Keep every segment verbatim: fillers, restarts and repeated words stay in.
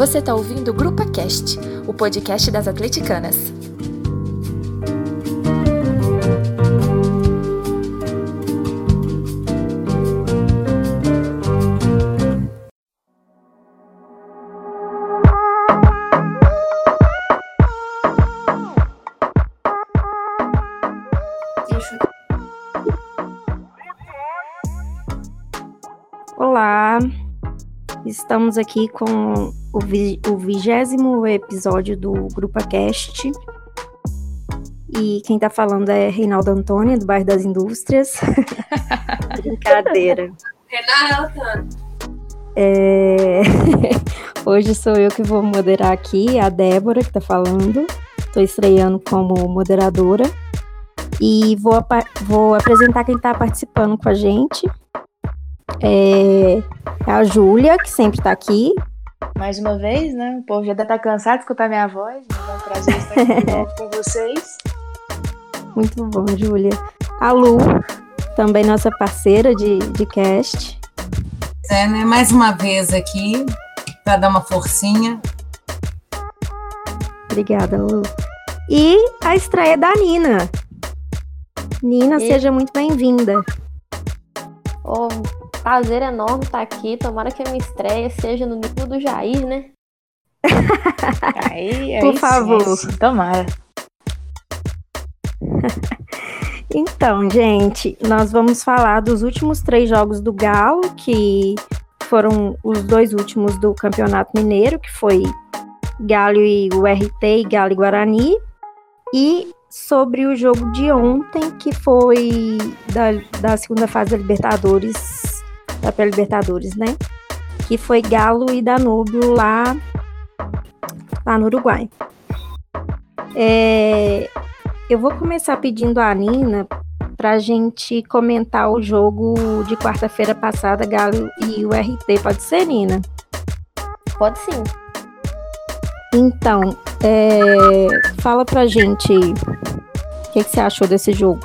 Você tá ouvindo o GrupaCast, o podcast das atleticanas. Olá, estamos aqui com o, vi- o vigésimo episódio do GrupaCast e quem tá falando é Reinaldo Antônia, do bairro das Indústrias. Brincadeira. Renata! É... Hoje sou eu que vou moderar aqui, a Débora que tá falando. Estou estreando como moderadora e vou, apa- vou apresentar quem tá participando com a gente. É a Júlia, que sempre tá aqui. Mais uma vez, né? O povo já deve estar cansado de escutar minha voz. Mas é um prazer estar aqui de novo com vocês. Muito bom, Júlia. A Lu, também nossa parceira de, de cast. É, né? Mais uma vez aqui, para dar uma forcinha. Obrigada, Lu. E a estreia da Nina. Nina, E- seja muito bem-vinda. Oh, prazer enorme estar aqui. Tomara que a minha estreia seja no nível do Jair, né? Aí, aí Por sim, favor. aí sim, tomara. Então, gente, nós vamos falar dos últimos três jogos do Galo, que foram os dois últimos do Campeonato Mineiro, que foi Galo e U R T e Galo e Guarani, e sobre o jogo de ontem, que foi da, da segunda fase da Libertadores, da pré-Libertadores, né? Que foi Galo e Danúbio lá, lá no Uruguai. É, eu vou começar pedindo a Nina para a gente comentar o jogo de quarta-feira passada, Galo e U R T. Pode ser, Nina? Pode sim. Então, é, fala pra gente o que, que você achou desse jogo.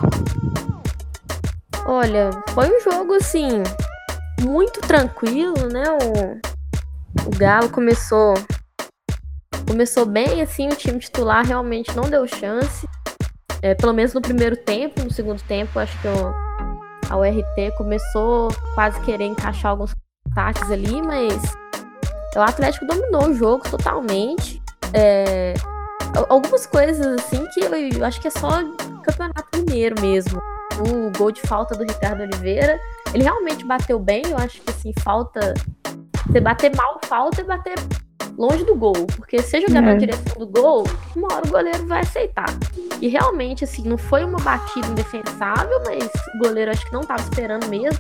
Olha, foi um jogo, assim, muito tranquilo, né? O, o Galo começou, começou bem, assim, o time titular realmente não deu chance. É, pelo menos no primeiro tempo, no segundo tempo, acho que o, a U R T começou quase querer encaixar alguns ataques ali, mas o Atlético dominou o jogo totalmente. É, algumas coisas assim que eu, eu acho que é só Campeonato Mineiro mesmo. O gol de falta do Ricardo Oliveira, ele realmente bateu bem. Eu acho que assim, falta. Você bater mal falta é bater longe do gol. Porque se você jogar É. na direção do gol, uma hora o goleiro vai aceitar. E realmente, assim, não foi uma batida indefensável, mas o goleiro acho que não estava esperando mesmo.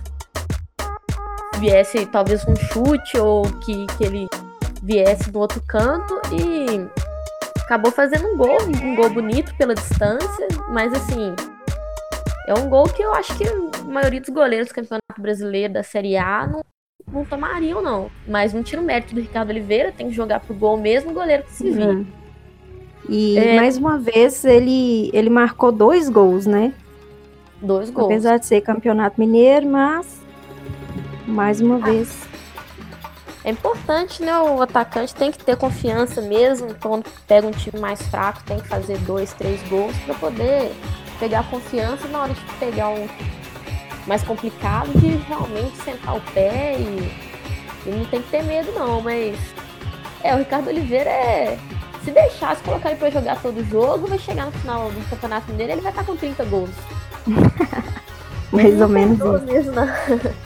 Viesse talvez um chute ou que, que ele viesse do outro canto e acabou fazendo um gol, um gol bonito pela distância, mas assim, é um gol que eu acho que a maioria dos goleiros do Campeonato Brasileiro da Série A não, não tomariam, não. Mas não tira o mérito do Ricardo Oliveira, tem que jogar pro gol mesmo, o goleiro que se vira. Uhum. E É. mais uma vez ele, ele marcou dois gols, né? Dois gols. Apesar de ser Campeonato Mineiro, mas mais uma vez. É importante, né? O atacante tem que ter confiança mesmo. Quando pega um time mais fraco, tem que fazer dois, três gols para poder pegar confiança na hora de pegar um mais complicado, de realmente sentar o pé e, e não tem que ter medo, não. Mas é, o Ricardo Oliveira é. Se deixar, se colocar ele para jogar todo o jogo, vai chegar no final do Campeonato Mineiro, ele vai estar com trinta gols. Mais ou menos Não isso. mesmo, não.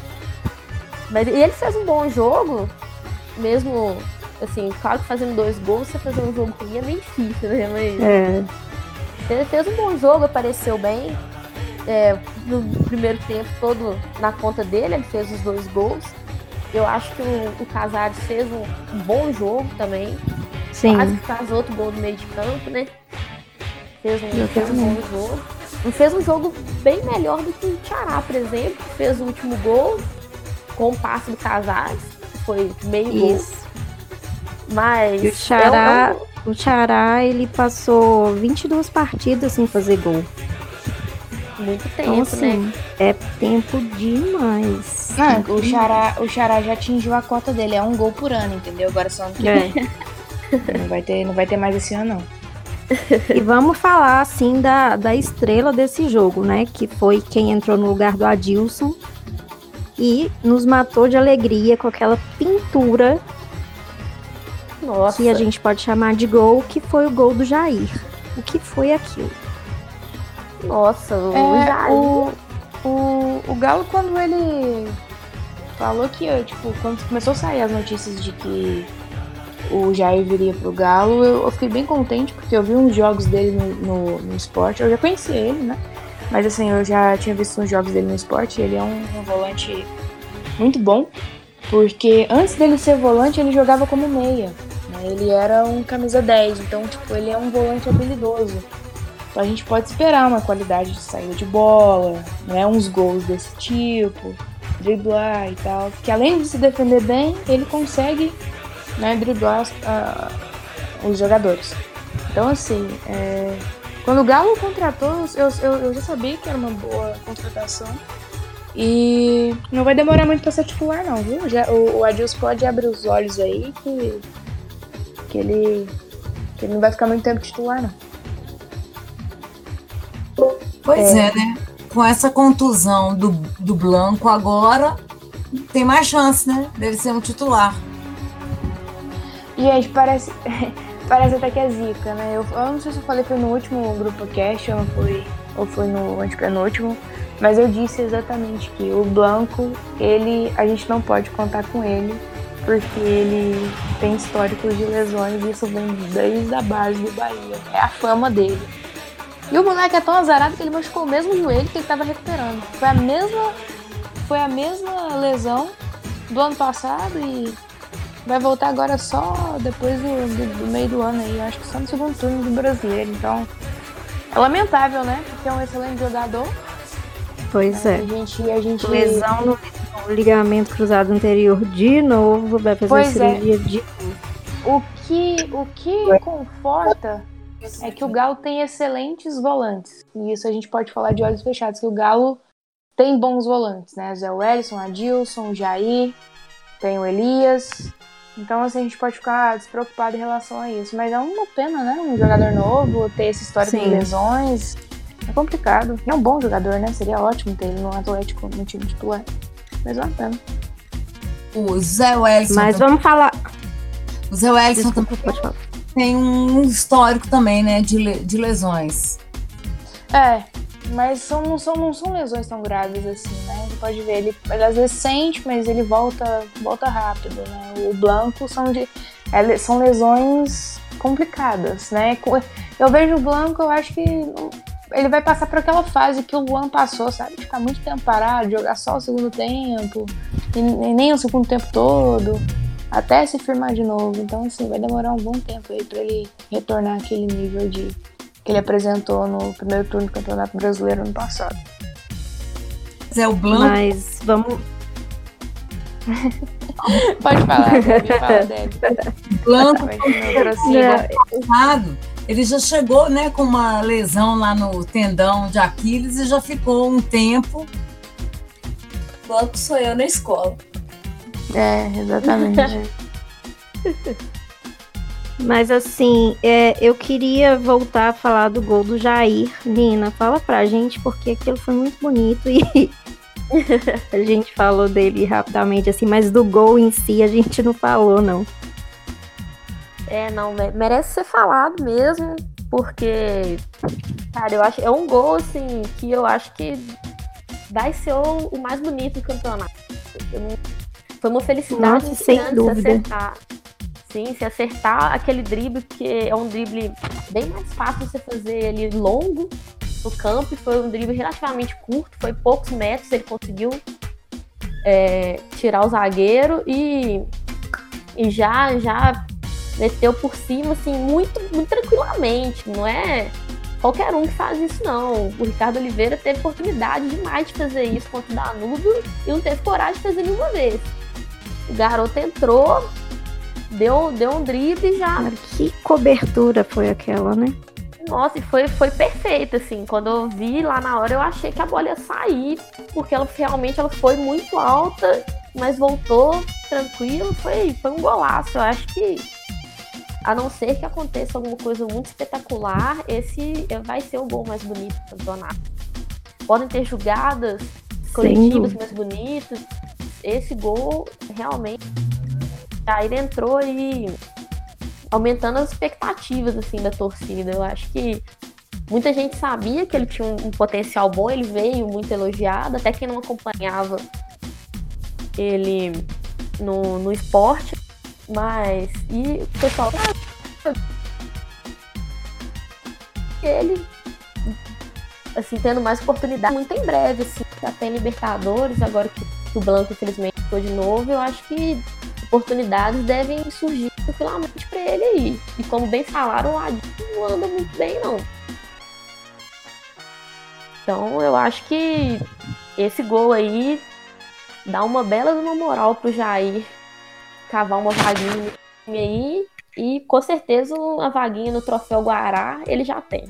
Mas e ele fez um bom jogo, mesmo, assim, claro que fazendo dois gols, você fazer um jogo ruim é bem difícil, né? Mas É, ele fez um bom jogo, apareceu bem. É, no primeiro tempo todo na conta dele, ele fez os dois gols. Eu acho que o, o Casares fez um, um bom jogo também. sim. Quase que faz outro gol no meio de campo, né? Fez um, Eu fez um também. bom jogo. E fez um jogo bem melhor do que o Ceará, por exemplo, que fez o último gol com o passe do Casares, que foi meio gol. Isso. Mas E o Ceará, é um- o Ceará, ele passou vinte e duas partidas sem fazer gol. muito tempo, Então, assim, né? é tempo demais. Não, o Xará, o Xará já atingiu a cota dele, é um gol por ano, entendeu? Agora só ano que vem. É. Não vai ter, não vai ter mais esse ano, não. E vamos falar, assim, da, da estrela desse jogo, né? Que foi quem entrou no lugar do Adilson e nos matou de alegria com aquela pintura Nossa. que a gente pode chamar de gol, que foi o gol do Jair. O que foi aquilo? Nossa, o É, Jair. o, o, o Galo, quando ele falou que, tipo, quando começou a sair as notícias de que o Jair viria pro Galo, eu, eu fiquei bem contente, porque eu vi uns jogos dele no, no, no esporte. Eu já conhecia ele, né? Mas assim, eu já tinha visto uns jogos dele no esporte. Ele é um, um volante muito bom, porque antes dele ser volante, ele jogava como meia, né? Ele era um camisa dez, então, tipo, ele é um volante habilidoso. Então a gente pode esperar uma qualidade de saída de bola, né? Uns gols desse tipo, driblar e tal. Que além de se defender bem, ele consegue, né, driblar uh, os jogadores. Então, assim, é... quando o Galo contratou, eu, eu, eu já sabia que era uma boa contratação. E não vai demorar muito pra ser titular, não, viu? Já, o, o Adilson pode abrir os olhos aí que, que, ele, que ele não vai ficar muito tempo titular, não. Pois É. é, né? Com essa contusão do, do Blanco agora, tem mais chance, né? Deve ser um titular. Gente, parece, parece até que é zica, né? Eu, eu não sei se eu falei foi no último Grupo Cast ou, foi, ou foi no antepenúltimo, mas eu disse exatamente que o Blanco, ele, a gente não pode contar com ele, porque ele tem históricos de lesões e isso vem desde a base do Bahia. É a fama dele. E o moleque é tão azarado que ele machucou o mesmo joelho que ele estava recuperando. Foi a mesma, foi a mesma lesão do ano passado e vai voltar agora só depois do, do, do meio do ano aí. Acho que só no segundo turno do Brasileiro. Então, é lamentável, né? Porque é um excelente jogador. Pois é. A gente, a gente... Lesão no, no ligamento cruzado anterior de novo, vai fazer Pois é. cirurgia de novo. O que, o que conforta é que o Galo tem excelentes volantes. E isso a gente pode falar de olhos fechados, que o Galo tem bons volantes, né? Zé Wellison, Adilson, Jair, tem o Elias. Então, assim, a gente pode ficar despreocupado em relação a isso. Mas é uma pena, né? Um jogador novo, ter essa história de Sim. lesões. É complicado. É um bom jogador, né? Seria ótimo ter ele no Atlético, no time titular. Mas é uma pena. O Zé Wellison, Mas vamos falar. o Zé Wellison Desculpa, também pode falar. tem um histórico também, né? De, le- de lesões. É, mas são, não, são, não são lesões tão graves assim, né? Você pode ver, ele, ele às vezes sente, mas ele volta, volta rápido, né? O Blanco são, de, é, são lesões complicadas, né? Eu vejo o Blanco, eu acho que ele vai passar por aquela fase que o Luan passou, sabe? Ficar muito tempo parado, jogar só o segundo tempo, e nem o segundo tempo todo, até se firmar de novo. Então, assim, vai demorar um bom tempo aí pra ele retornar àquele nível de que ele apresentou no primeiro turno do Campeonato Brasileiro ano passado. Zé o Blanco. Mas vamos. Pode falar, Debbie, fala, Debbie. Blanco Vai, não, prossiga. passado, ele já chegou, né, com uma lesão lá no tendão de Aquiles e já ficou um tempo. Blanco sou eu na escola. É, exatamente. Mas assim, é, eu queria voltar a falar do gol do Jair. Nina, fala pra gente, porque aquilo foi muito bonito e a gente falou dele rapidamente, assim, mas do gol em si a gente não falou, não. É, não, me- merece ser falado mesmo, porque, cara, eu acho, é um gol, assim, que eu acho que vai ser o, o mais bonito do campeonato. Eu não- Foi uma felicidade Nossa, muito sem grande dúvida. se acertar. Sim, se acertar aquele drible, porque é um drible bem mais fácil você fazer ele longo no campo, e foi um drible relativamente curto, foi poucos metros, ele conseguiu é, tirar o zagueiro e, e já, já meteu por cima, assim, muito, muito tranquilamente. Não é qualquer um que faz isso, não. O Ricardo Oliveira teve oportunidade demais de fazer isso contra o Danúbio e não teve coragem de fazer nenhuma vez. O garoto entrou, deu, deu um drible e já... Cara, que cobertura foi aquela, né? Nossa, e foi, foi perfeito, assim. Quando eu vi lá na hora, eu achei que a bola ia sair, porque ela realmente ela foi muito alta, mas voltou tranquilo. Foi, foi um golaço. Eu acho que a não ser que aconteça alguma coisa muito espetacular, esse vai ser o gol mais bonito do campeonato. Podem ter jogadas coletivas mais bonitas. Esse gol, realmente, Jair entrou e aumentando as expectativas, assim, da torcida. Eu acho que muita gente sabia que ele tinha um, um potencial bom, ele veio muito elogiado, até quem não acompanhava ele no, no esporte, mas e o pessoal ele assim, tendo mais oportunidade muito em breve, assim, até em Libertadores, agora que, que o Blanco infelizmente ficou de novo, eu acho que oportunidades devem surgir tranquilamente para ele aí. E como bem falaram, o Adinho não anda muito bem, não. Então eu acho que esse gol aí dá uma bela uma moral pro Jair cavar uma vaguinha no time aí, e com certeza uma vaguinha no Troféu Guará ele já tem.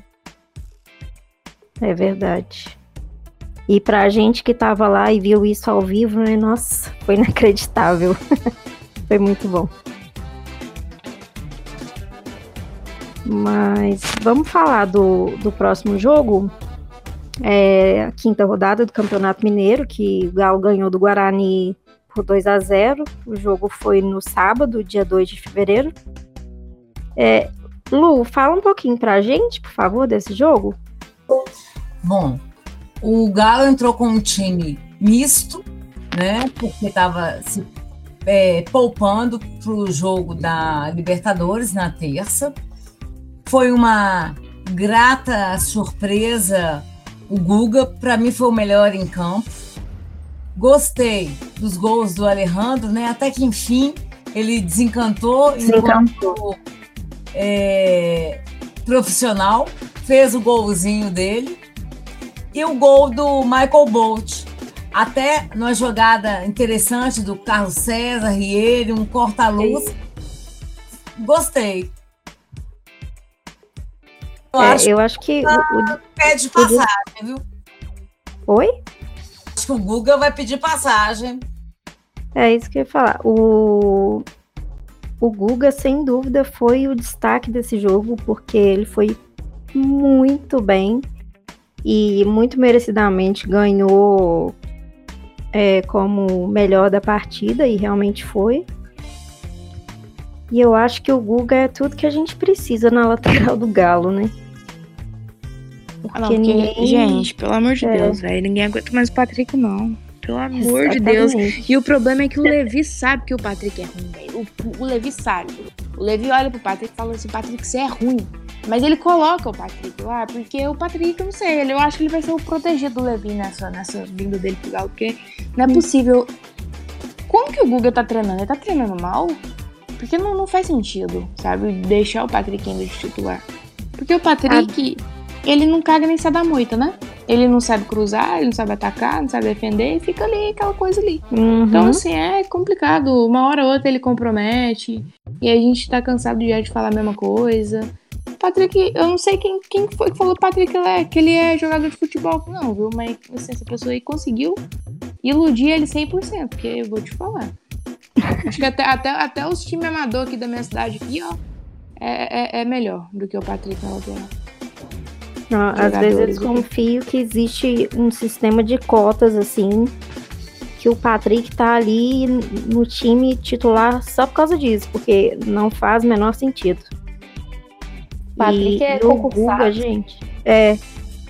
É verdade. E pra gente que tava lá e viu isso ao vivo, né? Nossa, foi inacreditável. Foi muito bom. Mas vamos falar do, do próximo jogo. É a quinta rodada do Campeonato Mineiro, que o Galo ganhou do Guarani por dois a zero. O jogo foi no sábado, dia dois de fevereiro. É, Lu, fala um pouquinho pra gente, por favor, desse jogo. Bom, o Galo entrou com um time misto, né? Porque estava se é, poupando para o jogo da Libertadores na terça. Foi uma grata surpresa. O Guga, para mim, foi o melhor em campo. Gostei dos gols do Alejandro, né? Até que, enfim, ele desencantou, desencantou. enquanto é, profissional. Fez o golzinho dele. E o gol do Michael Bolt. Até numa jogada interessante do Carlos César e ele, um corta-luz. Gostei. Eu, é, acho, eu acho que... que o, o, pede passagem, o... viu? Oi? Acho que o Guga vai pedir passagem. É isso que eu ia falar. O, o Guga, sem dúvida, foi o destaque desse jogo, porque ele foi muito bem e muito merecidamente ganhou é, como melhor da partida, e realmente foi. E eu acho que o Guga é tudo que a gente precisa na lateral do Galo, né? Porque, ah, não, porque ninguém... Gente, pelo amor de é. Deus, velho, ninguém aguenta mais o Patrick, não. Pelo amor Exatamente. de Deus. E o problema é que o Levi sabe que o Patrick é ruim, velho. O, o Levi sabe. O Levi olha pro Patrick e fala assim, Patrick, você é ruim. Mas ele coloca o Patrick lá, porque o Patrick, eu não sei, ele, eu acho que ele vai ser o protegido do Levi nessa, nessa vinda dele pro Galo, porque não é possível. Como que o Guga tá treinando? Ele tá treinando mal? Porque não, não faz sentido, sabe? Deixar o Patrick ainda de titular. Porque o Patrick, ah. ele não caga nem sabe dar moita, né? Ele não sabe cruzar, ele não sabe atacar, não sabe defender, e fica ali, aquela coisa ali. Uhum. Então, assim, é complicado. Uma hora ou outra ele compromete, e a gente tá cansado já de falar a mesma coisa. Patrick, eu não sei quem, quem foi que falou Patrick que ele, é, que ele é jogador de futebol, não, viu? Mas assim, essa pessoa aí conseguiu iludir ele cem por cento, porque eu vou te falar. Acho que até, até, até os times amador aqui da minha cidade aqui, ó, é, é, é melhor do que o Patrick na lateral. Não, às vezes eu confio que existe um sistema de cotas, assim, que o Patrick tá ali no time titular só por causa disso, porque não faz o menor sentido. Patrick e, é e o Guga, gente, é...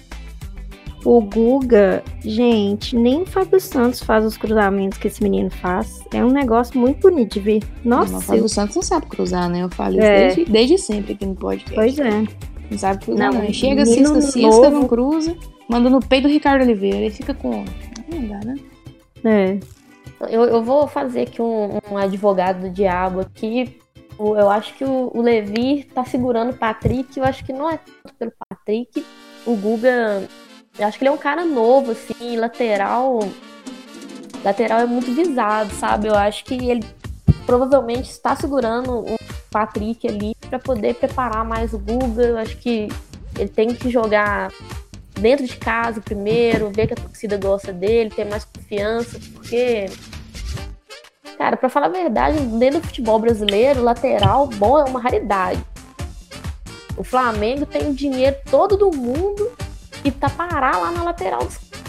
O Guga, gente, nem o Fábio Santos faz os cruzamentos que esse menino faz. É um negócio muito bonito de ver. Nossa, não, o Fábio eu... Santos não sabe cruzar, né? Eu falo isso é. desde, desde sempre aqui no podcast. Pois é. Não sabe cruzar, não. não. Chega, menino cisca, cisca, novo. não cruza. Manda no peito do Ricardo Oliveira. Ele fica com... Não dá, né? É. Eu, eu vou fazer aqui um, um advogado do diabo aqui. Eu acho que o, o Levi tá segurando o Patrick. Eu acho que não é tanto pelo Patrick. O Guga... Eu acho que ele é um cara novo, assim, lateral... Lateral é muito visado, sabe? Eu acho que ele provavelmente está segurando o Patrick ali para poder preparar mais o Guga. Eu acho que ele tem que jogar dentro de casa primeiro, ver que a torcida gosta dele, ter mais confiança, porque Cara, pra falar a verdade, dentro do futebol brasileiro, lateral bom é uma raridade. O Flamengo tem o dinheiro todo do mundo e tá parar lá na lateral.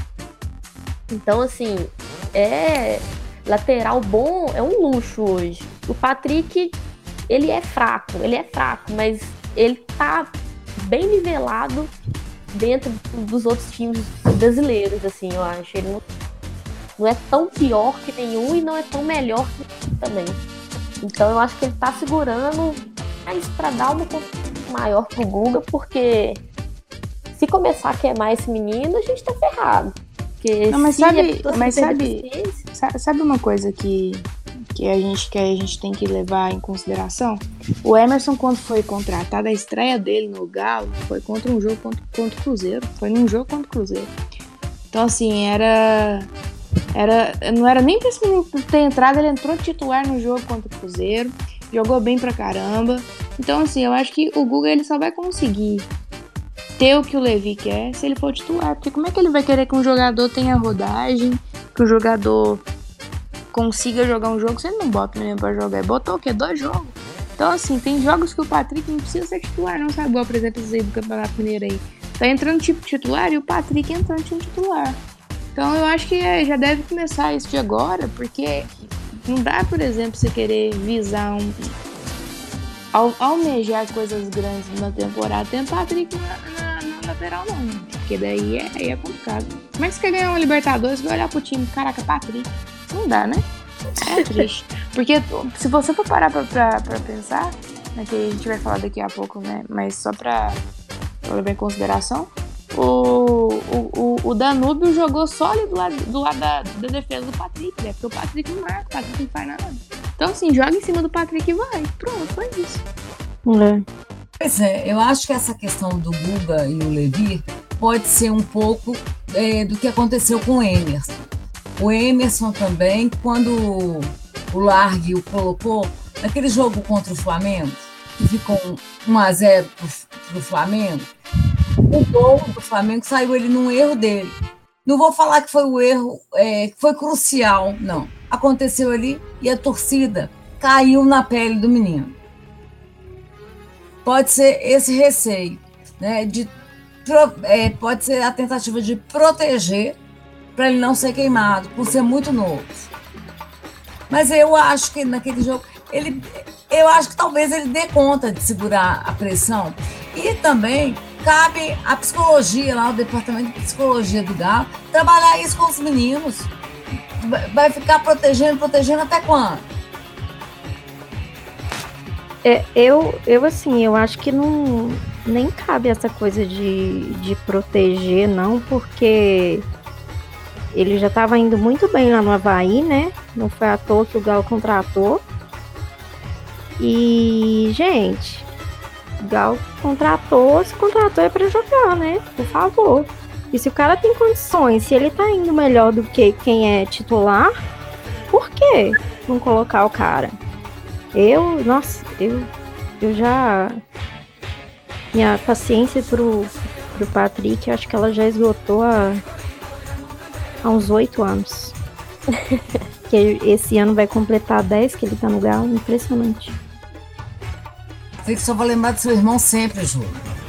Então, assim, é... lateral bom é um luxo hoje. O Patrick, ele é fraco, ele é fraco, mas ele tá bem nivelado dentro dos outros times brasileiros, assim, eu acho. Ele não, não é tão pior que nenhum e não é tão melhor que nenhum também. Então eu acho que ele tá segurando mais pra dar uma confiança maior pro Guga, porque se começar a queimar esse menino, a gente tá ferrado. Porque não, mas se sabe, a mas sabe, deficiência... sabe uma coisa que, que, a gente, que a gente tem que levar em consideração? O Emerson, quando foi contratado, a estreia dele no Galo foi contra um jogo contra, contra o Cruzeiro. Foi num jogo contra o Cruzeiro. Então, assim, era... era não era nem pra esse menino ter entrado, ele entrou titular no jogo contra o Cruzeiro. Jogou bem pra caramba. Então, assim, eu acho que o Guga, ele só vai conseguir ter o que o Levi quer se ele for titular. Porque como é que ele vai querer que um jogador tenha rodagem, que o jogador consiga jogar um jogo se ele não bota o menino pra jogar? Botou o quê? Dois jogos. Então, assim, tem jogos que o Patrick não precisa ser titular, não, sabe? Igual, por exemplo, esse aí do Campeonato Mineiro aí. Tá entrando tipo titular e o Patrick entrando time titular. Então, eu acho que já deve começar isso de agora, porque não dá, por exemplo, você querer visar um... Al- almejar coisas grandes na temporada, tem Patrick na, na, na lateral não, porque daí é, aí é complicado. Como é que você quer ganhar uma Libertadores e vai olhar pro time, caraca, Patrick? Não dá, né? É triste. Porque se você for parar pra, pra, pra pensar, né, que a gente vai falar daqui a pouco, né, mas só pra, pra levar em consideração, o, o, o, o Danúbio jogou só ali do lado, do lado da, da defesa do Patrick, né? Porque o Patrick não marca, o Patrick não faz nada. Então, assim, joga em cima do Patrick e vai. Pronto, foi isso. É. Pois é, eu acho que essa questão do Guga e o Levi pode ser um pouco é, do que aconteceu com o Emerson. O Emerson também, quando o Largue o colocou, naquele jogo contra o Flamengo, que ficou um a zero pro, pro Flamengo, o gol do Flamengo saiu ele num erro dele. Não vou falar que foi o erro, é, que foi crucial, não. Aconteceu ali e a torcida caiu na pele do menino. Pode ser esse receio, né? De, é, pode ser a tentativa de proteger para ele não ser queimado, por ser muito novo. Mas eu acho que naquele jogo, ele, eu acho que talvez ele dê conta de segurar a pressão. E também cabe a psicologia lá, o departamento de psicologia do Galo, trabalhar isso com os meninos. Vai ficar protegendo, protegendo até quando? É, eu, eu, assim, eu acho que não nem cabe essa coisa de, de proteger, não, porque ele já estava indo muito bem lá no Avaí, né? Não foi à toa que o Galo contratou. E, gente, o Galo contratou, se contratou é para jogar, né? Por favor. E se o cara tem condições, se ele tá indo melhor do que quem é titular, por que não colocar o cara? Eu, nossa, eu, eu já... Minha paciência pro, pro Patrick, acho que ela já esgotou há, há uns oito anos. Que esse ano vai completar dez que ele tá no Galo, impressionante. Fico só vou lembrar do seu irmão sempre, Ju.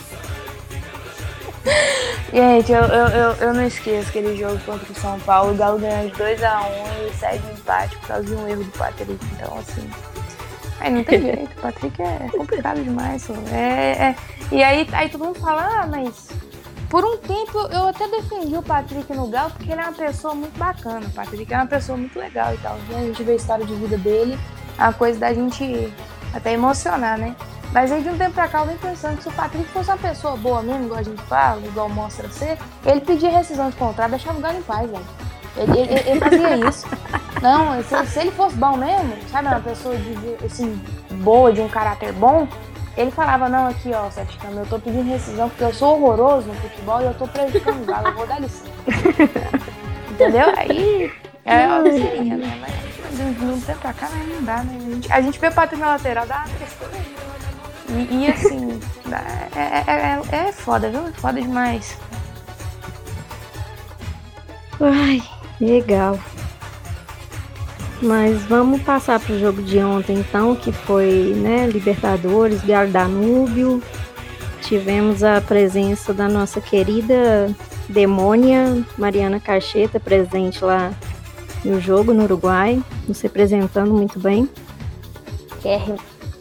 Gente, eu, eu, eu, eu não esqueço aquele jogo contra o São Paulo. O Galo ganhou de dois a um e segue o empate por causa de um erro do Patrick. Então, assim... Aí não tem jeito, o Patrick é complicado demais. É, é, e aí, aí todo mundo fala, ah, mas... Por um tempo eu até defendi o Patrick no Galo, porque ele é uma pessoa muito bacana. O Patrick é uma pessoa muito legal e tal. A gente vê a história de vida dele, é uma coisa da gente até emocionar, né? Mas aí de um tempo pra cá eu venho pensando que se o Patrick fosse uma pessoa boa mesmo, igual a gente fala, igual mostra ser, ele pedia rescisão de contrato, deixava o Galo em paz, velho. Ele, ele, ele fazia isso. Não, se, se ele fosse bom mesmo, sabe, uma pessoa de, assim, boa, de um caráter bom, ele falava, não, aqui ó, Sete Câmara, eu tô pedindo rescisão porque eu sou horroroso no futebol e eu tô prejudicando o Galo, eu vou dar licença. Entendeu? Aí é uma seria, né? Mas de um tempo pra cá não dá, né? A gente, a gente vê o Patrick na lateral, dá uma tristeza. E, e assim, é, é, é, é foda, viu? É foda demais. Ai, legal. Mas vamos passar pro jogo de ontem, então, que foi, né, Libertadores, Galo Danúbio. Tivemos a presença da nossa querida demônia Mariana Cacheta, presente lá no jogo no Uruguai, nos representando muito bem. Quer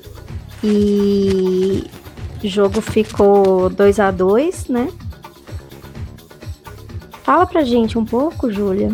E o jogo ficou dois a dois, né? Fala pra gente um pouco, Júlia.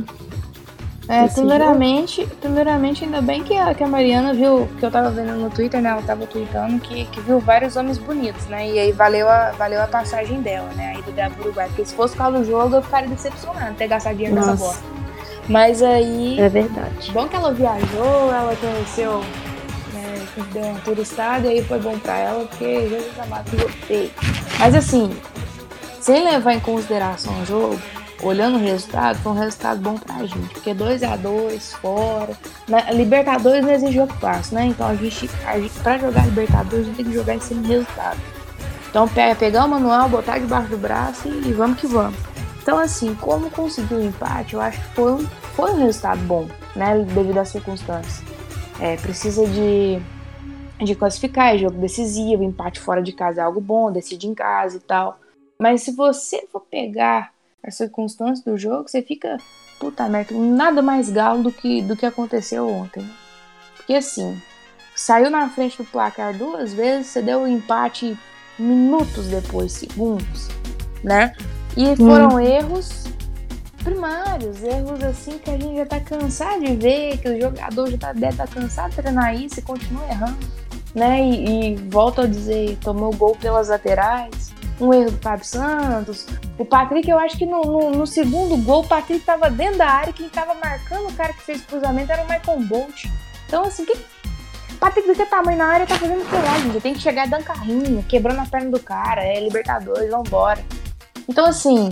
É, Esse primeiramente, primeiramente, ainda bem que a, que a Mariana viu, que eu tava vendo no Twitter, né? Ela tava tweetando que, que viu vários homens bonitos, né? E aí valeu a, valeu a passagem dela, né? A ida dela pro Uruguai. Porque se fosse por causa do jogo, eu ficaria decepcionada ter gastado dinheiro nessa Nossa. bosta. Mas aí, É verdade. bom que ela viajou, ela conheceu, né? Deu uma turistada e aí foi bom pra ela, porque Jesus amado que gostei. Mas assim, sem levar em consideração o jogo, olhando o resultado, foi um resultado bom pra gente, porque dois a dois fora. Na Libertadores não exige jogo fácil, né? Então a gente, a gente, pra jogar Libertadores, a gente tem que jogar em cima do resultado. Então pega, pegar o manual, botar debaixo do braço e, e vamos que vamos. Então assim, como conseguir o empate, eu acho que foi um, foi um resultado bom, né? Devido às circunstâncias. É, precisa de, de classificar, é jogo decisivo, empate fora de casa é algo bom, decide em casa e tal. Mas se você for pegar as circunstâncias do jogo, você fica, puta merda, nada mais galo do que, do que aconteceu ontem. Né? Porque assim, saiu na frente do placar duas vezes, você deu o empate minutos depois, segundos, né? E foram hum. erros primários, erros assim que a gente já tá cansado de ver, que o jogador já tá, deve estar tá cansado de treinar isso e continua errando, né? E, e volto a dizer, tomou gol pelas laterais. Um erro do Fábio Santos. O Patrick, eu acho que no, no, no segundo gol, o Patrick estava dentro da área. Quem estava marcando o cara que fez o cruzamento era o Michael Bolt. Então, assim, que... Patrick do que tamanho na área tá fazendo o que lá, gente? Tem que chegar dando carrinho, quebrando a perna do cara. É Libertadores, vambora. Então, assim,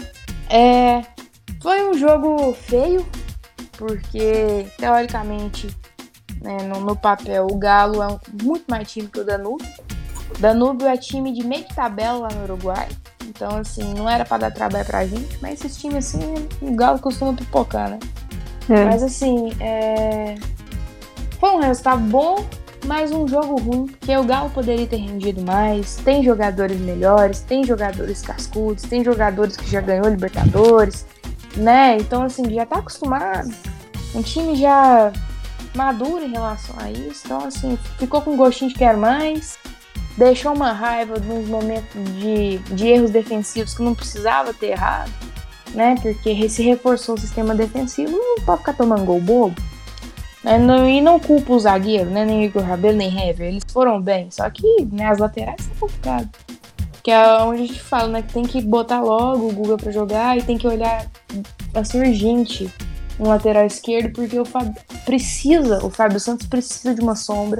é... foi um jogo feio, porque, teoricamente, né, no, no papel, o Galo é um, muito mais time que o Danúbio. Danúbio é time de meio de tabela lá no Uruguai. Então, assim, não era pra dar trabalho pra gente. Mas esses times, assim, o Galo costuma pipocar, né? É. Mas, assim, é... foi um resultado bom, mas um jogo ruim. Porque o Galo poderia ter rendido mais. Tem jogadores melhores, tem jogadores cascudos, tem jogadores que já ganhou Libertadores, né? Então, assim, já tá acostumado. Um time já maduro em relação a isso. Então, assim, ficou com gostinho de quero mais. Deixou uma raiva nos momentos de, de erros defensivos que não precisava ter errado, né? Porque se reforçou o sistema defensivo, não pode ficar tomando gol bobo. Né? Não, e não culpa o zagueiro, né? Nem o Igor Rabelo, nem Hever. Eles foram bem. Só que, né, as laterais são complicadas. Que é onde a gente fala, né? Que tem que botar logo o Guga pra jogar e tem que olhar assim, urgente no lateral esquerdo, porque o Fábio precisa, o Fábio Santos precisa de uma sombra.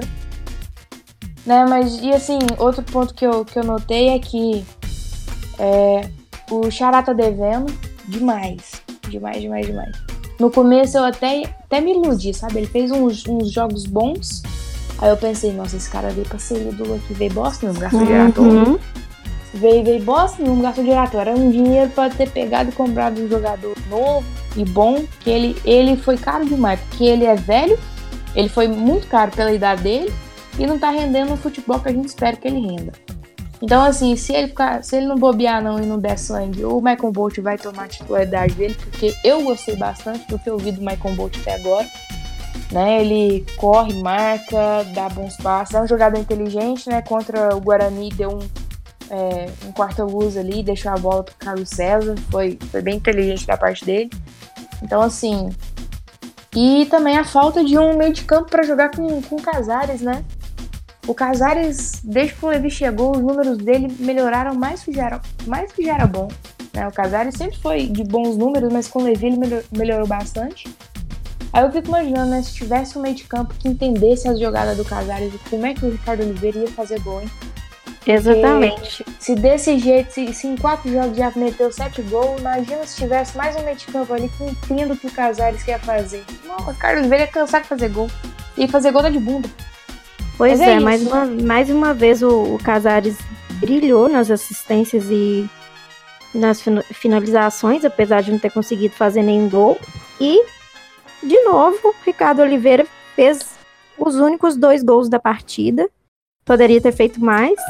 Né, mas, e assim, outro ponto que eu, que eu notei é que é, o Xará tá devendo demais, demais, demais, demais. No começo eu até, até me iludi, sabe? Ele fez uns, uns jogos bons, aí eu pensei, nossa, esse cara veio pra ser ídolo aqui, veio bosta, não gastou dinheiro à toa. Veio, veio bosta, não gastou dinheiro à toa. Era um dinheiro pra ter pegado e comprado um jogador novo e bom, que ele, ele foi caro demais, porque ele é velho, ele foi muito caro pela idade dele, e não tá rendendo o futebol que a gente espera que ele renda. Então, assim, se ele, ficar, se ele não bobear não e não der sangue, o Michael Bolt vai tomar a titularidade dele, porque eu gostei bastante do que eu vi do Michael Bolt até agora. Né? Ele corre, marca, dá bons passos, é um jogador inteligente, né? Contra o Guarani deu um, é, um quarta-luz ali, deixou a bola pro Carlos César, foi, foi bem inteligente da parte dele. Então, assim... E também a falta de um meio de campo para jogar com, com o Casares, né? O Casares, desde que o Levi chegou, os números dele melhoraram mais que já era, mais que já era bom. Né? O Casares sempre foi de bons números, mas com o Levi ele melhor, melhorou bastante. Aí eu fico imaginando, né, se tivesse um meio de campo que entendesse as jogadas do Casares e como é que o Ricardo Oliveira ia fazer gol, hein? Exatamente. Porque se desse jeito, se, se em quatro jogos já meteu sete gols, imagina se tivesse mais um meio de campo ali que entenda o que o Casares quer fazer. Não, o Ricardo Oliveira ia cansar de fazer gol. E fazer gol tá de bunda. Pois Mas é, é mais, isso, uma, né? mais uma vez o, o Casares brilhou nas assistências e nas finalizações, apesar de não ter conseguido fazer nenhum gol. E de novo, Ricardo Oliveira fez os únicos dois gols da partida. Poderia ter feito mais.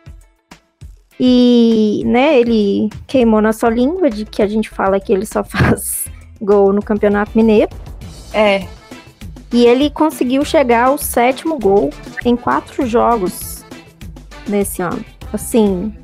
E, né, ele queimou nossa língua de que a gente fala que ele só faz gol no Campeonato Mineiro. É. E ele conseguiu chegar ao sétimo gol em quatro jogos nesse ano. Assim,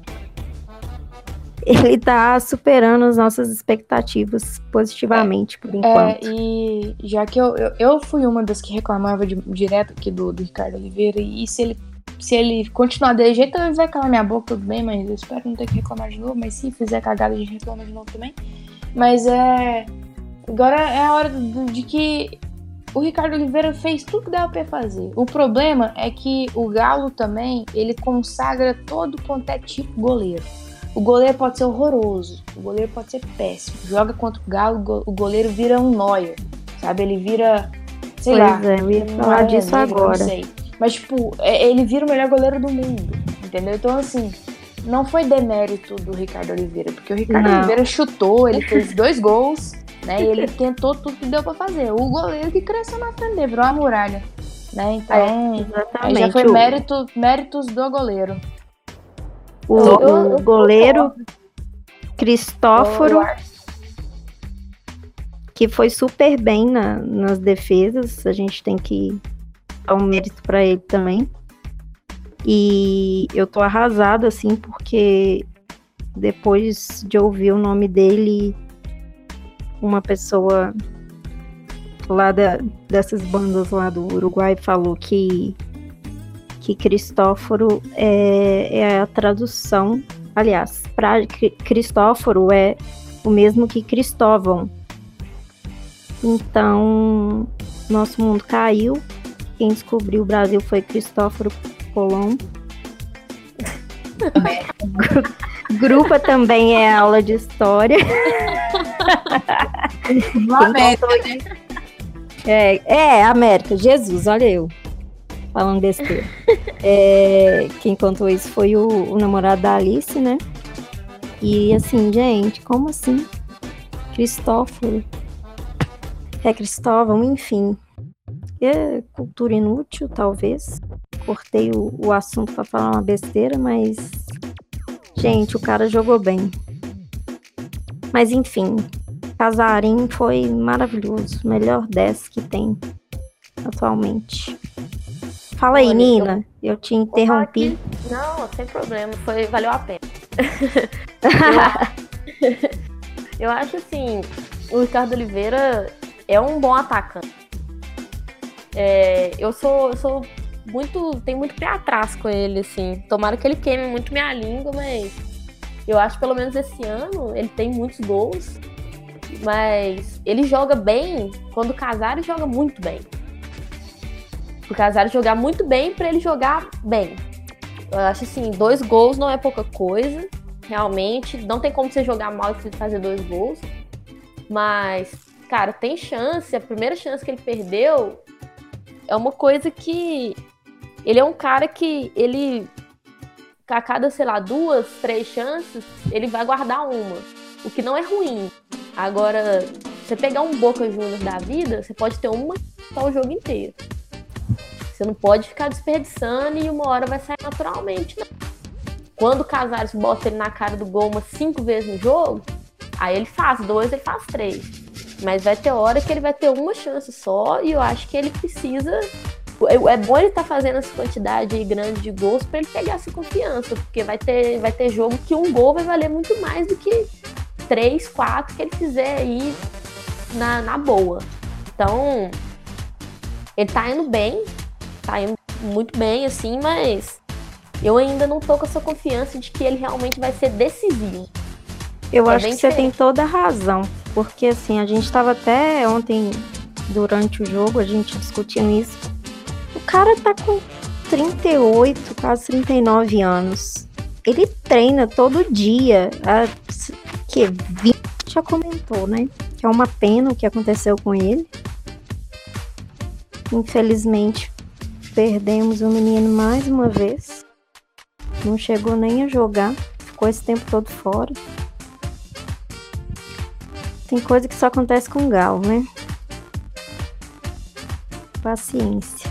ele tá superando as nossas expectativas positivamente, por enquanto. É, e já que eu, eu, eu fui uma das que reclamava de, direto aqui do, do Ricardo Oliveira, e se ele, se ele continuar desse jeito, ele vai calar minha boca, tudo bem, mas eu espero não ter que reclamar de novo, mas se fizer cagada, a gente reclama de novo também. Mas é... Agora é a hora do, de que o Ricardo Oliveira fez tudo que dava pra fazer. O problema é que o Galo também, ele consagra todo quanto é tipo goleiro. O goleiro pode ser horroroso, o goleiro pode ser péssimo. Joga contra o Galo, o goleiro vira um Neuer, sabe? Ele vira, sei pois lá. É, eu ia falar disso negra, agora. Não sei. Mas, tipo, ele vira o melhor goleiro do mundo, entendeu? Então, assim, não foi demérito do Ricardo Oliveira, porque o Ricardo não. Oliveira chutou, ele fez dois gols, né? E ele tentou tudo que deu pra fazer. O goleiro que cresceu na frente dele, virou uma muralha, né? Então, é, aí já foi mérito, méritos do goleiro. O, eu, eu, o goleiro Cristóforo, que foi super bem na, nas defesas, a gente tem que dar um mérito para ele também. E eu tô arrasada, assim, porque depois de ouvir o nome dele, uma pessoa lá da, dessas bandas lá do Uruguai falou que que Cristóforo é, é a tradução, aliás, para Cristóforo é o mesmo que Cristóvão. Então, nosso mundo caiu. Quem descobriu o Brasil foi Cristóforo Colombo. Grupa também é aula de história. América, né? É, é, América, Jesus, olha eu. Falando besteira. É, quem contou isso foi o, o namorado da Alice, né? E assim, gente, como assim? Cristóforo. É Cristóvão, enfim. É cultura inútil, talvez. Cortei o, o assunto pra falar uma besteira, mas... Gente, o cara jogou bem. Mas enfim, Casarim foi maravilhoso. Melhor dez que tem atualmente. Fala aí, Olha, Nina. Eu, eu te interrompi. Não, sem problema. Foi, valeu a pena. eu, eu acho assim, o Ricardo Oliveira é um bom atacante. É, eu sou, eu sou muito, tenho muito pé atrás com ele, assim. Tomara que ele queime muito minha língua, mas eu acho que pelo menos esse ano ele tem muitos gols. Mas ele joga bem quando o Casares joga muito bem. O Casares jogar muito bem pra ele jogar bem. Eu acho assim, dois gols não é pouca coisa, realmente. Não tem como você jogar mal e fazer dois gols. Mas, cara, tem chance. A primeira chance que ele perdeu é uma coisa que... Ele é um cara que ele... A cada, sei lá, duas, três chances, ele vai guardar uma. O que não é ruim. Agora, você pegar um Boca Juniors da vida, você pode ter uma só o jogo inteiro. Você não pode ficar desperdiçando e uma hora vai sair naturalmente, não. Quando o Casares bota ele na cara do gol umas cinco vezes no jogo, aí ele faz dois, ele faz três. Mas vai ter hora que ele vai ter uma chance só e eu acho que ele precisa... É bom ele estar tá fazendo essa quantidade grande de gols para ele pegar essa confiança, porque vai ter, vai ter jogo que um gol vai valer muito mais do que três, quatro que ele fizer aí na, na boa. Então, ele tá indo bem, tá indo muito bem, assim, mas eu ainda não tô com essa confiança de que ele realmente vai ser decisivo. Eu é acho que diferente. Você tem toda a razão, porque assim, a gente tava até ontem, durante o jogo, a gente discutindo isso. O cara tá com trinta e oito, quase trinta e nove anos. Ele treina todo dia. A, que Vini já comentou, né? Que é uma pena o que aconteceu com ele. Infelizmente, perdemos o menino mais uma vez. Não chegou nem a jogar. Ficou esse tempo todo fora. Tem coisa que só acontece com o Galo, né? paciência.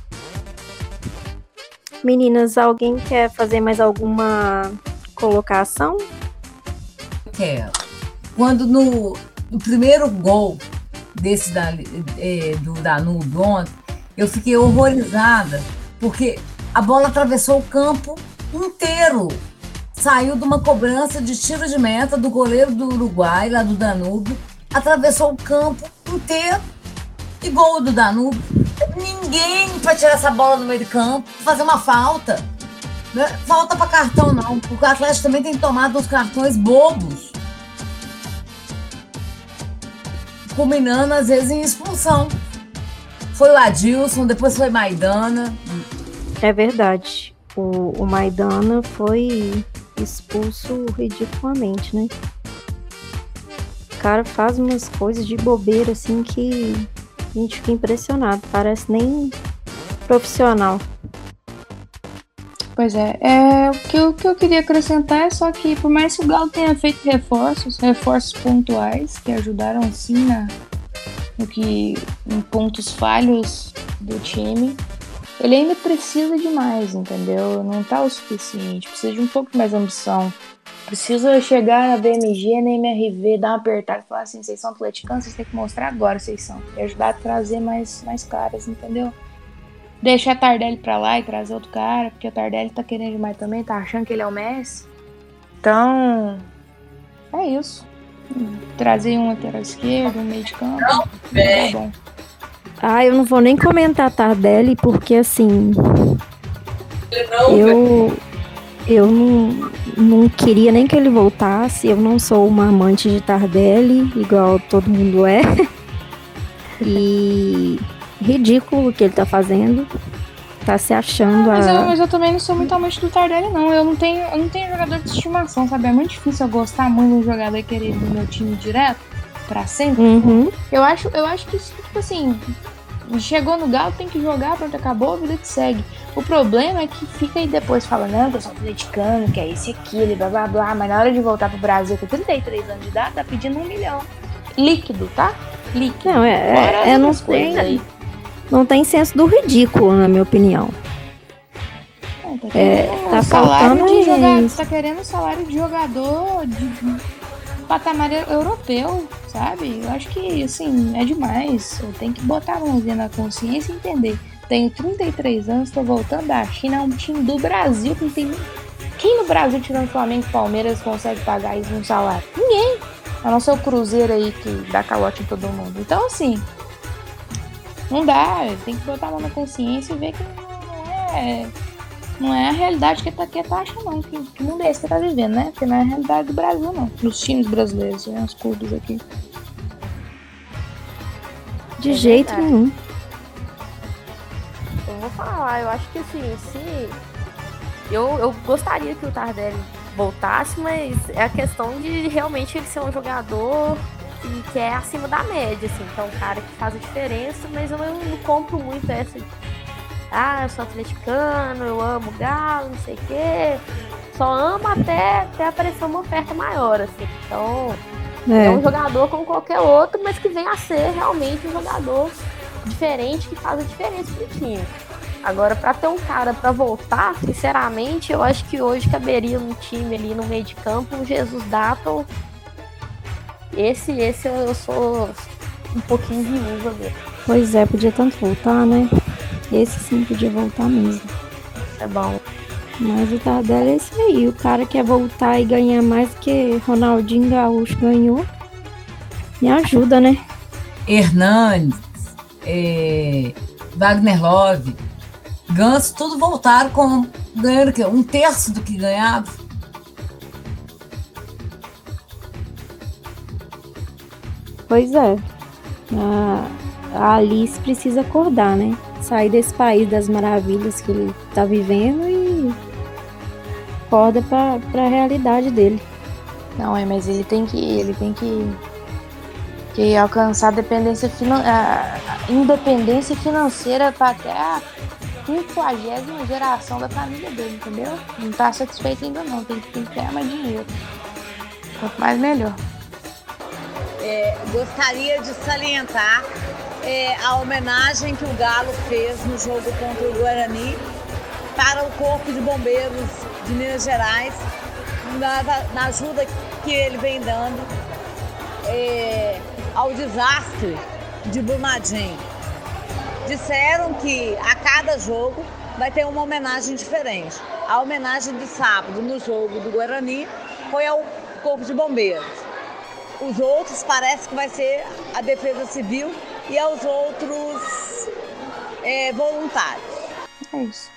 Meninas, alguém quer fazer mais alguma colocação? Quero. Quando no, no primeiro gol desse da, é, do Danúbio ontem, eu fiquei horrorizada, porque a bola atravessou o campo inteiro. Saiu de uma cobrança de tiro de meta do goleiro do Uruguai, lá do Danúbio, atravessou o campo inteiro e gol do Danúbio. Ninguém para tirar essa bola do meio de campo, fazer uma falta. Não é falta para cartão, não. Porque o Atlético também tem tomado uns cartões bobos, culminando às vezes em expulsão. Foi o Adilson, depois foi Maidana. É verdade. O, o Maidana foi expulso ridiculamente, né? O cara faz umas coisas de bobeira assim que a gente fica impressionado. Parece nem profissional. Pois é, é o, que, o que eu queria acrescentar é só que, por mais que o Galo tenha feito reforços, reforços pontuais, que ajudaram sim na, no que, em pontos falhos do time, ele ainda precisa de mais, entendeu? Não tá o suficiente, precisa de um pouco mais ambição. Precisa chegar na B M G, na M R V, dar uma apertada e falar assim, vocês são atleticanos, vocês têm que mostrar agora vocês são. E ajudar a trazer mais, mais caras, entendeu? Deixar a Tardelli pra lá e trazer outro cara, porque a Tardelli tá querendo demais também, tá achando que ele é o Messi. Então, é isso. Trazer um lateral esquerdo, um meio de campo. Não, tá bom. Ah, eu não vou nem comentar Tardelli, porque assim... Eu... Eu não, não queria nem que ele voltasse. Eu não sou uma amante de Tardelli, igual todo mundo é. E ridículo o que ele tá fazendo. Tá se achando. Ah, mas, a... eu, mas eu também não sou muito amante do Tardelli, não. Eu não tenho, eu não tenho jogador de estimação, sabe? É muito difícil eu gostar muito de um jogador e querer ir no meu time direto, pra sempre. Uhum. Eu acho, eu acho que, tipo assim, chegou no Galo, tem que jogar, pronto, acabou, a vida que segue. O problema é que fica aí depois falando, não, que eu sou atleticano, que é esse aqui, blá blá blá, mas na hora de voltar pro Brasil com trinta e três anos de idade, tá pedindo um milhão. Líquido, tá? Líquido. Não, é, é, é não tem, aí. Não tem senso do ridículo, na minha opinião. É, tá, é, tá faltando de jogador, tá querendo salário de jogador de patamar europeu, sabe? Eu acho que, assim, é demais. Eu tenho que botar a mãozinha na consciência e entender. Tenho trinta e três anos, tô voltando da China, é um time do Brasil que não tem... Quem no Brasil, tirando Flamengo e Palmeiras, consegue pagar isso num salário? Ninguém. A não ser o Cruzeiro aí que dá calote em todo mundo. Então, assim, não dá. Tem que botar a mão na consciência e ver que não é, não é a realidade que a Taqueta acha, não. Que, que mundo é esse que tá vivendo, né? Porque não é a realidade do Brasil, não. Dos times brasileiros, né? Os clubes aqui. De é jeito verdade. nenhum. Eu vou falar, eu acho que assim, se... Eu, eu gostaria que o Tardelli voltasse, mas é a questão de realmente ele ser um jogador que, que é acima da média, assim. Então, um cara que faz a diferença, mas eu não, não compro muito essa... Ah, eu sou atleticano, eu amo o Galo, não sei o quê. Só amo até, até aparecer uma oferta maior, assim. Então, é. é um jogador como qualquer outro, mas que vem a ser realmente um jogador diferente, que faz a diferença pro time. Agora, pra ter um cara pra voltar, sinceramente, eu acho que hoje caberia um time ali no meio de campo, um Jesus Datton. Esse, esse eu sou um pouquinho viúva mesmo. Pois é, podia tanto voltar, né? Esse sim podia voltar mesmo. É bom. Mas o Tardelli é esse aí. O cara quer voltar e ganhar mais que Ronaldinho Gaúcho ganhou. Me ajuda, né? Hernandes, é, Wagner Love, Ganso, tudo voltaram com ganhando o quê? Um terço do que ganhava. Pois é. A, a Alice precisa acordar, né? Sair desse país das maravilhas que ele tá vivendo e acorda pra, pra realidade dele. Não, é, mas ele tem que. Ele tem que. que alcançar a dependência finan- a independência financeira para até a quinquagésima geração da família dele, entendeu? Não tá satisfeito ainda não, tem que, tem que ganhar mais dinheiro. Quanto mais melhor. É, gostaria de salientar é, a homenagem que o Galo fez no jogo contra o Guarani para o Corpo de Bombeiros de Minas Gerais, na, na ajuda que ele vem dando é, ao desastre de Brumadinho. Disseram que a cada jogo vai ter uma homenagem diferente. A homenagem de sábado no jogo do Guarani foi ao Corpo de Bombeiros. Os outros parece que vai ser a Defesa Civil e aos outros é, voluntários. É isso.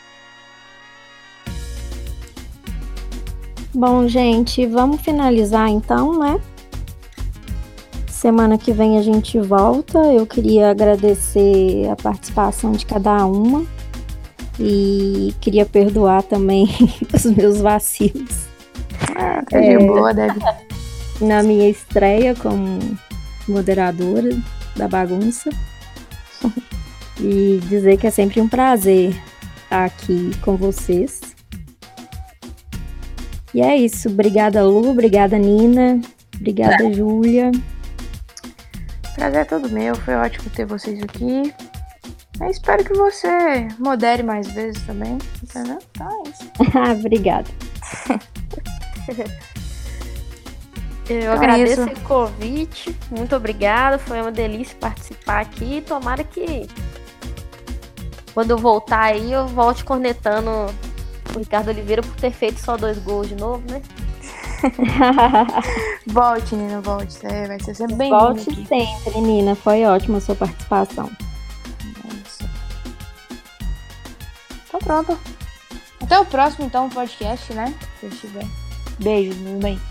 Bom, gente, vamos finalizar então, né? Semana que vem a gente volta. Eu queria agradecer a participação de cada uma e queria perdoar também os meus vacilos. Ah, tá de boa, Debbie. Na minha estreia como moderadora da bagunça. E dizer que é sempre um prazer estar aqui com vocês. E é isso. Obrigada, Lu. Obrigada, Nina. Obrigada, Júlia. Prazer é todo meu. Foi ótimo ter vocês aqui. Eu espero que você modere mais vezes também. Entendeu? Então é isso. Obrigada. Eu Então agradeço é isso. o convite. Muito obrigada. Foi uma delícia participar aqui. Tomara que quando eu voltar aí, eu volte cornetando o Ricardo Oliveira por ter feito só dois gols de novo, né? Volte, Nina, volte. É, vai ser sempre bem-vindo Volte aqui. sempre, Nina. Foi ótima a sua participação. É isso. Então pronto. Até o próximo, então, podcast, né? Se eu estiver. Beijo, tudo bem?